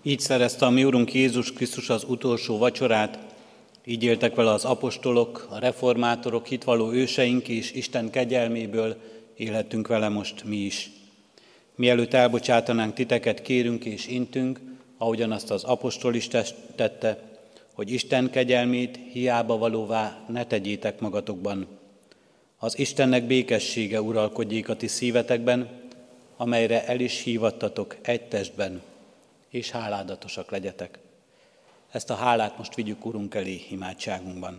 Így szerezte a mi Urunk Jézus Krisztus az utolsó vacsorát, így éltek vele az apostolok, a reformátorok, hitvalló őseink, és Isten kegyelméből élhetünk vele most mi is. Mielőtt elbocsátanánk titeket, kérünk és intünk, ahogyan azt az apostol is tette, hogy Isten kegyelmét hiába valóvá ne tegyétek magatokban. Az Istennek békessége uralkodjék a ti szívetekben, amelyre el is hívattatok egy testben, és háládatosak legyetek. Ezt a hálát most vigyük Urunk elé imádságunkban.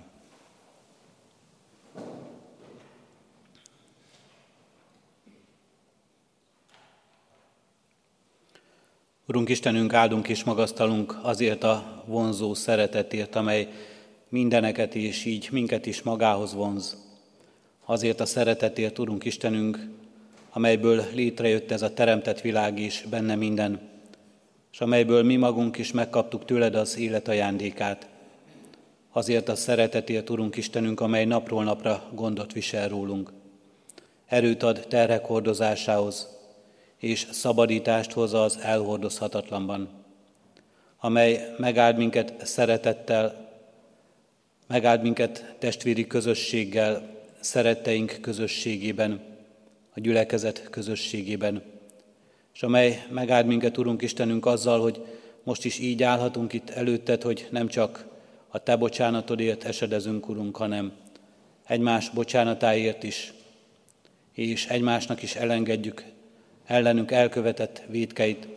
Urunk Istenünk, áldunk és magasztalunk azért a vonzó szeretetért, amely mindeneket és így minket is magához vonz. Azért a szeretetért, Urunk Istenünk, amelyből létrejött ez a teremtett világ is, benne minden, és amelyből mi magunk is megkaptuk tőled az élet ajándékát. Azért a szeretetért, Urunk Istenünk, amely napról napra gondot visel rólunk. Erőt ad terhek hordozásához, és szabadítást hoz az elhordozhatatlanban, amely megáld minket szeretettel, megáld minket testvéri közösséggel, szeretteink közösségében, a gyülekezet közösségében, és amely megáld minket, Urunk Istenünk, azzal, hogy most is így állhatunk itt előtted, hogy nem csak a te bocsánatodért esedezünk, Urunk, hanem egymás bocsánatáért is, és egymásnak is elengedjük ellenünk elkövetett vétkeit,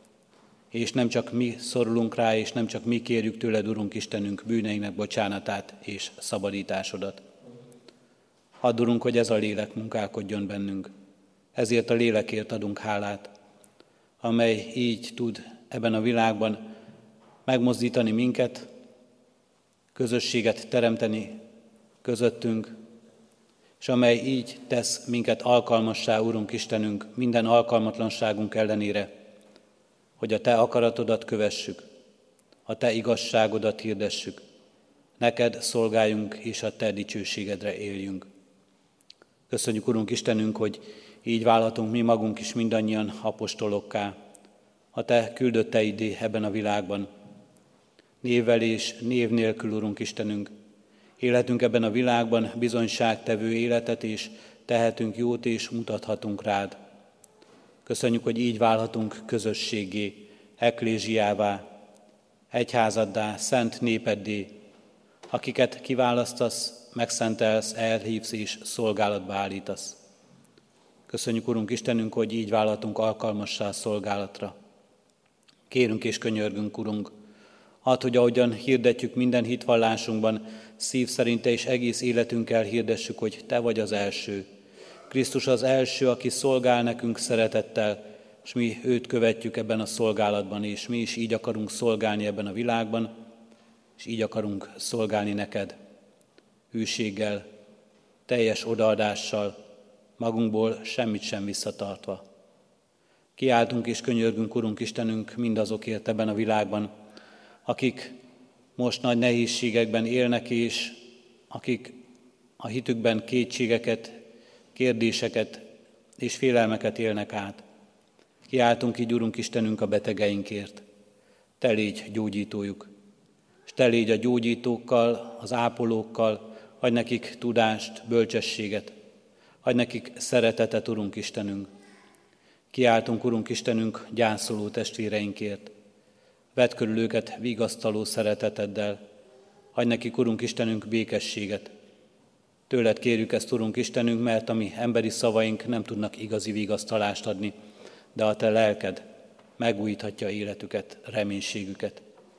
és nem csak mi szorulunk rá, és nem csak mi kérjük tőled, Urunk Istenünk, bűneinknek bocsánatát és szabadításodat. Add, Urunk, hogy ez a lélek munkálkodjon bennünk. Ezért a lélekért adunk hálát, amely így tud ebben a világban megmozdítani minket, közösséget teremteni közöttünk, és amely így tesz minket alkalmassá, Urunk Istenünk, minden alkalmatlanságunk ellenére, hogy a te akaratodat kövessük, a te igazságodat hirdessük, neked szolgáljunk és a te dicsőségedre éljünk. Köszönjük, Urunk Istenünk, hogy így válhatunk mi magunk is mindannyian apostolokká, a te küldötteiddé ebben a világban. Névvel és név nélkül, Urunk Istenünk, élhetünk ebben a világban bizonyságtevő életet, és tehetünk jót, és mutathatunk rád. Köszönjük, hogy így válhatunk közösségé, eklézsiává, egyházaddá, szent népeddé, akiket kiválasztasz, megszentelsz, elhívsz és szolgálatba állítasz. Köszönjük, Urunk Istenünk, hogy így válhatunk alkalmassá a szolgálatra. Kérünk és könyörgünk, Urunk, add, hogy ahogyan hirdetjük minden hitvallásunkban, szív szerinte és egész életünkkel hirdessük, hogy te vagy az első. Krisztus az első, aki szolgál nekünk szeretettel, és mi őt követjük ebben a szolgálatban, és mi is így akarunk szolgálni ebben a világban, és így akarunk szolgálni neked. Hűséggel, teljes odaadással, magunkból semmit sem visszatartva. Kiáltunk és könyörgünk, Urunk Istenünk, mindazokért ebben a világban, akik most nagy nehézségekben élnek, és akik a hitükben kétségeket, kérdéseket és félelmeket élnek át. Kiáltunk így, Urunk Istenünk, a betegeinkért. Te légy gyógyítójuk, és te légy a gyógyítókkal, az ápolókkal, adj nekik tudást, bölcsességet, adj nekik szeretetet, Urunk Istenünk. Kiáltunk, Urunk Istenünk, gyászoló testvéreinkért. Vedd körül őket vigasztaló szereteteddel, adj nekik, Urunk Istenünk, békességet. Tőled kérjük ezt, Urunk Istenünk, mert a mi emberi szavaink nem tudnak igazi vigasztalást adni, de a te lelked megújíthatja életüket, reménységüket.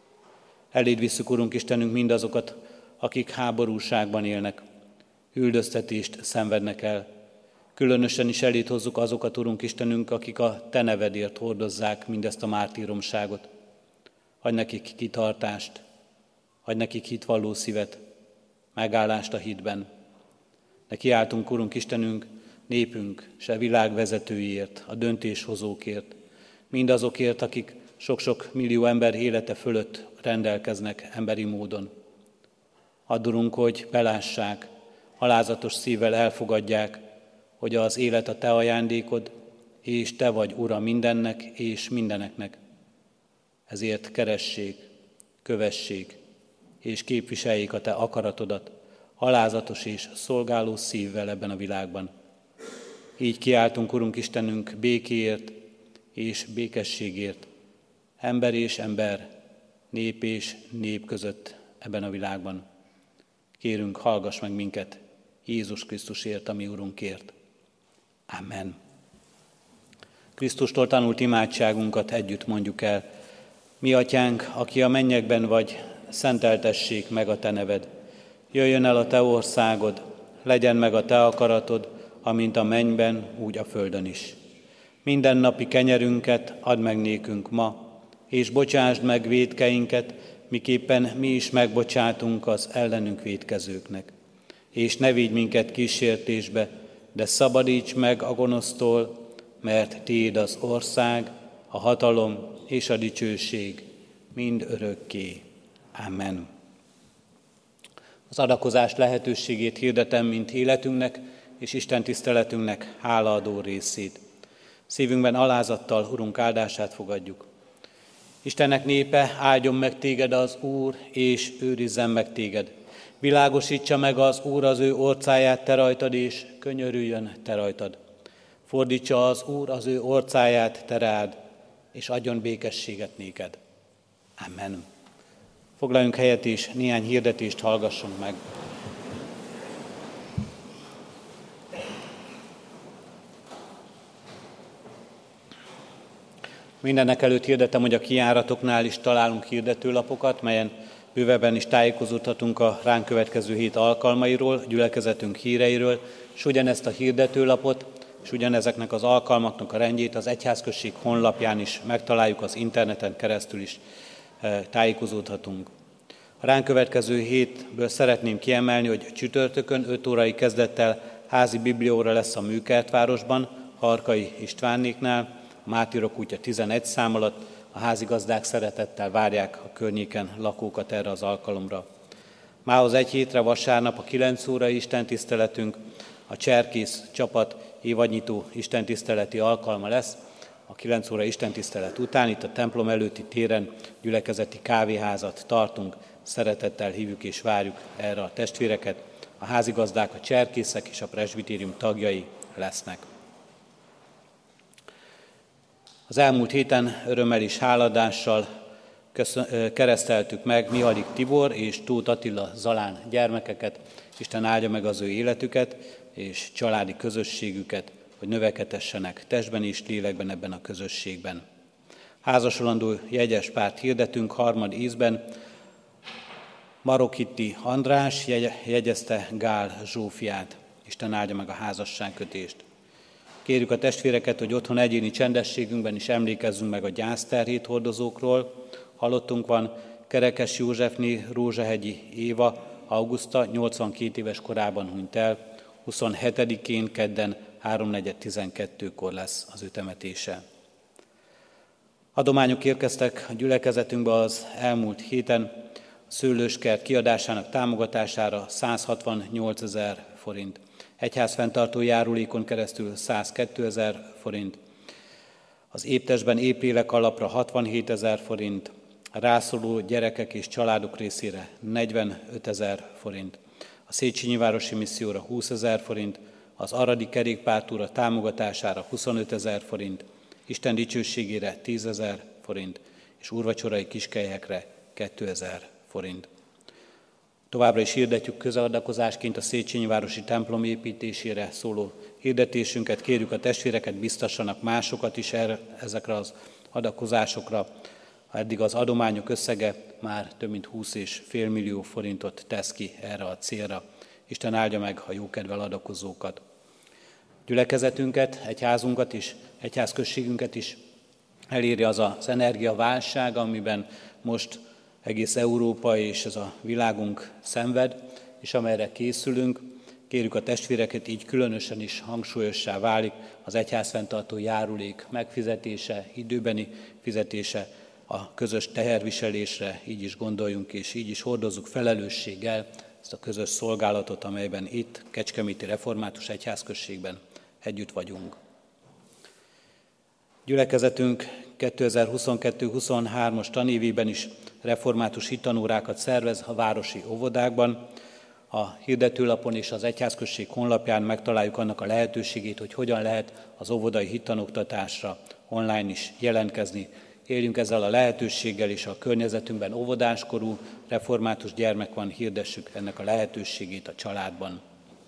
Eléd visszük, Urunk Istenünk, mindazokat, akik háborúságban élnek, üldöztetést szenvednek el. Különösen is eléd hozzuk azokat, Urunk Istenünk, akik a te nevedért hordozzák mindezt a mártíromságot. Adj nekik kitartást, adj nekik hitvalló szívet, megállást a hitben. De kiáltunk, Urunk Istenünk, népünk, se világ vezetőiért, a döntéshozókért, mindazokért, akik sok-sok millió ember élete fölött rendelkeznek emberi módon. Add, Urunk, hogy belássák, alázatos szívvel elfogadják, hogy az élet a te ajándékod, és te vagy Ura mindennek és mindeneknek. Ezért keressék, kövessék és képviseljék a te akaratodat alázatos és szolgáló szívvel ebben a világban. Így kiáltunk, Urunk Istenünk, békéért és békességért, ember és ember, nép és nép között ebben a világban. Kérünk, hallgass meg minket Jézus Krisztusért, a mi Urunkért. Amen. Krisztustól tanult imádságunkat együtt mondjuk el. Mi atyánk, aki a mennyekben vagy, szenteltessék meg a te neved. Jöjjön el a te országod, legyen meg a te akaratod, amint a mennyben, úgy a földön is. Mindennapi kenyerünket add meg nékünk ma, és bocsásd meg vétkeinket, miképpen mi is megbocsátunk az ellenünk vétkezőknek. És ne vigy minket kísértésbe, de szabadíts meg a gonosztól, mert tiéd az ország, a hatalom és a dicsőség mind örökké. Amen. Az adakozás lehetőségét hirdetem, mint életünknek és Isten tiszteletünknek hálaadó részét. Szívünkben alázattal Urunk áldását fogadjuk. Istennek népe, áldjon meg téged az Úr, és őrizzen meg téged. Világosítsa meg az Úr az ő orcáját te rajtad, és könyörüljön te rajtad. Fordítsa az Úr az ő orcáját te rád, és adjon békességet néked. Amen. Foglaljunk helyet, és néhány hirdetést hallgassunk meg. Mindenek előtt hirdetem, hogy a kijáratoknál is találunk hirdetőlapokat, melyen bővebben is tájékozódhatunk a ránk következő hét alkalmairól, gyülekezetünk híreiről, és ugyanezt a hirdetőlapot, és ugyanezeknek az alkalmaknak a rendjét az egyházközség honlapján is megtaláljuk, az interneten keresztül is tájékozódhatunk. A ránk következő hétből szeretném kiemelni, hogy csütörtökön 5 órai kezdettel házi biblióra lesz a Műkertvárosban, Harkai Istvánnéknál, a Mártírok útja 11 szám alatt. A házigazdák szeretettel várják a környéken lakókat erre az alkalomra. Mához egy hétre vasárnap a 9 órai istentiszteletünk, a Cserkész csapat évadnyitó istentiszteleti alkalma lesz. A 9 óra istentisztelet után itt a templom előtti téren gyülekezeti kávéházat tartunk. Szeretettel hívjuk és várjuk erre a testvéreket. A házigazdák, a cserkészek és a presbitérium tagjai lesznek. Az elmúlt héten örömmel és háladással kereszteltük meg Mihalik Tibor és Tóth Attila Zalán gyermekeket. Isten áldja meg az ő életüket és családi közösségüket, hogy növekedhessenek testben és lélekben ebben a közösségben. Házasolandó jegyes párt hirdetünk harmad ízben. Marokitti András jegyezte Gál Zsófiát. Isten áldja meg a házasságkötést. Kérjük a testvéreket, hogy otthon egyéni csendességünkben is emlékezzünk meg a gyászterhét hordozókról. Halottunk van Kerekes Józsefné Rózsahegyi Éva, Auguszta 82 éves korában hunyt el. 27-én kedden 3:4-12-kor lesz az ő temetése. Adományok érkeztek a gyülekezetünkbe az elmúlt héten. A szőlőskert kiadásának támogatására 168 000 forint. Egyházfenntartó járulékon keresztül 102 000 forint. Az éptestben épélek alapra 67 000 forint. A rászoruló gyerekek és családok részére 45 000 forint. A Széchenyi Városi Misszióra 20 000 forint. Az Aradi Kerékpártúra támogatására 25 000 forint. Isten dicsőségére 10 000 forint. És úrvacsorai kiskelyekre 2 000 forint. Továbbra is hirdetjük közadakozásként a Széchenyi Városi templom építésére szóló hirdetésünket. Kérjük a testvéreket, biztassanak másokat is ezekre az adakozásokra. Eddig az adományok összege már több mint 20,5 millió forintot tesz ki erre a célra. Isten áldja meg a jókedvel adakozókat. Gyülekezetünket, egyházunkat is, egyházközségünket is eléri az az energiaválság, amiben most egész Európa és ez a világunk szenved, és amelyre készülünk. Kérjük a testvéreket, így különösen is hangsúlyossá válik az egyházfenntartó járulék megfizetése, időbeni fizetése, a közös teherviselésre, így is gondoljunk, és így is hordozzuk felelősséggel ezt a közös szolgálatot, amelyben itt, Kecskeméti Református Egyházközségben együtt vagyunk. Gyülekezetünk 2022-23-as tanévében is református hittanórákat szervez a városi óvodákban. A hirdetőlapon és az egyházközség honlapján megtaláljuk annak a lehetőségét, hogy hogyan lehet az óvodai hittanoktatásra online is jelentkezni. Éljünk ezzel a lehetőséggel, és a környezetünkben óvodáskorú református gyermek van, hirdessük ennek a lehetőségét a családban.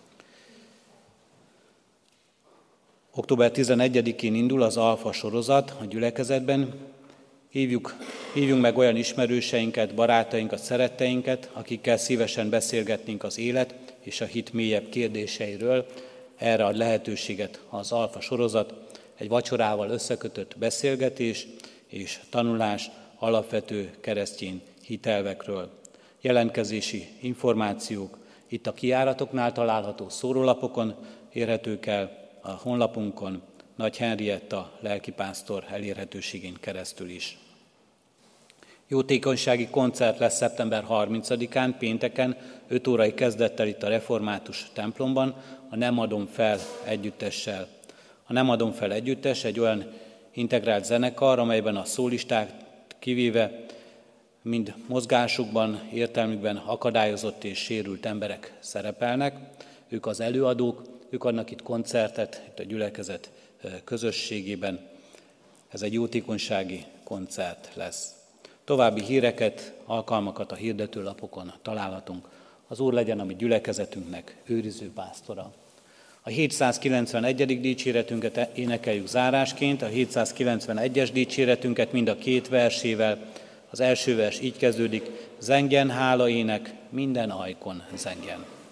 Október 11-én indul az Alfa sorozat a gyülekezetben. Hívjunk meg olyan ismerőseinket, barátainkat, szeretteinket, akikkel szívesen beszélgetnénk az élet és a hit mélyebb kérdéseiről. Erre ad lehetőséget az Alfa sorozat, egy vacsorával összekötött beszélgetés és tanulás alapvető keresztény hitelvekről. Jelentkezési információk itt a kijáratoknál található szórólapokon érhetők el, a honlapunkon, Nagy Henrietta lelkipásztor elérhetőségén keresztül is. Jótékonysági koncert lesz szeptember 30-án, pénteken, 5 órai kezdettel itt a református templomban, a Nem adom fel együttessel. A Nem adom fel együttes egy olyan integrált zenekar, amelyben a szólisták kivéve mind mozgásukban, értelmükben akadályozott és sérült emberek szerepelnek. Ők az előadók, ők adnak itt koncertet, itt a gyülekezet közösségében. Ez egy jótékonysági koncert lesz. További híreket, alkalmakat a hirdetőlapokon találhatunk. Az Úr legyen a mi gyülekezetünknek őriző pásztora. A 791. dicséretünket énekeljük zárásként, a 791-es dicséretünket mind a 2 versével. Az első vers így kezdődik: zengjen hálaének, minden ajkon zengjen.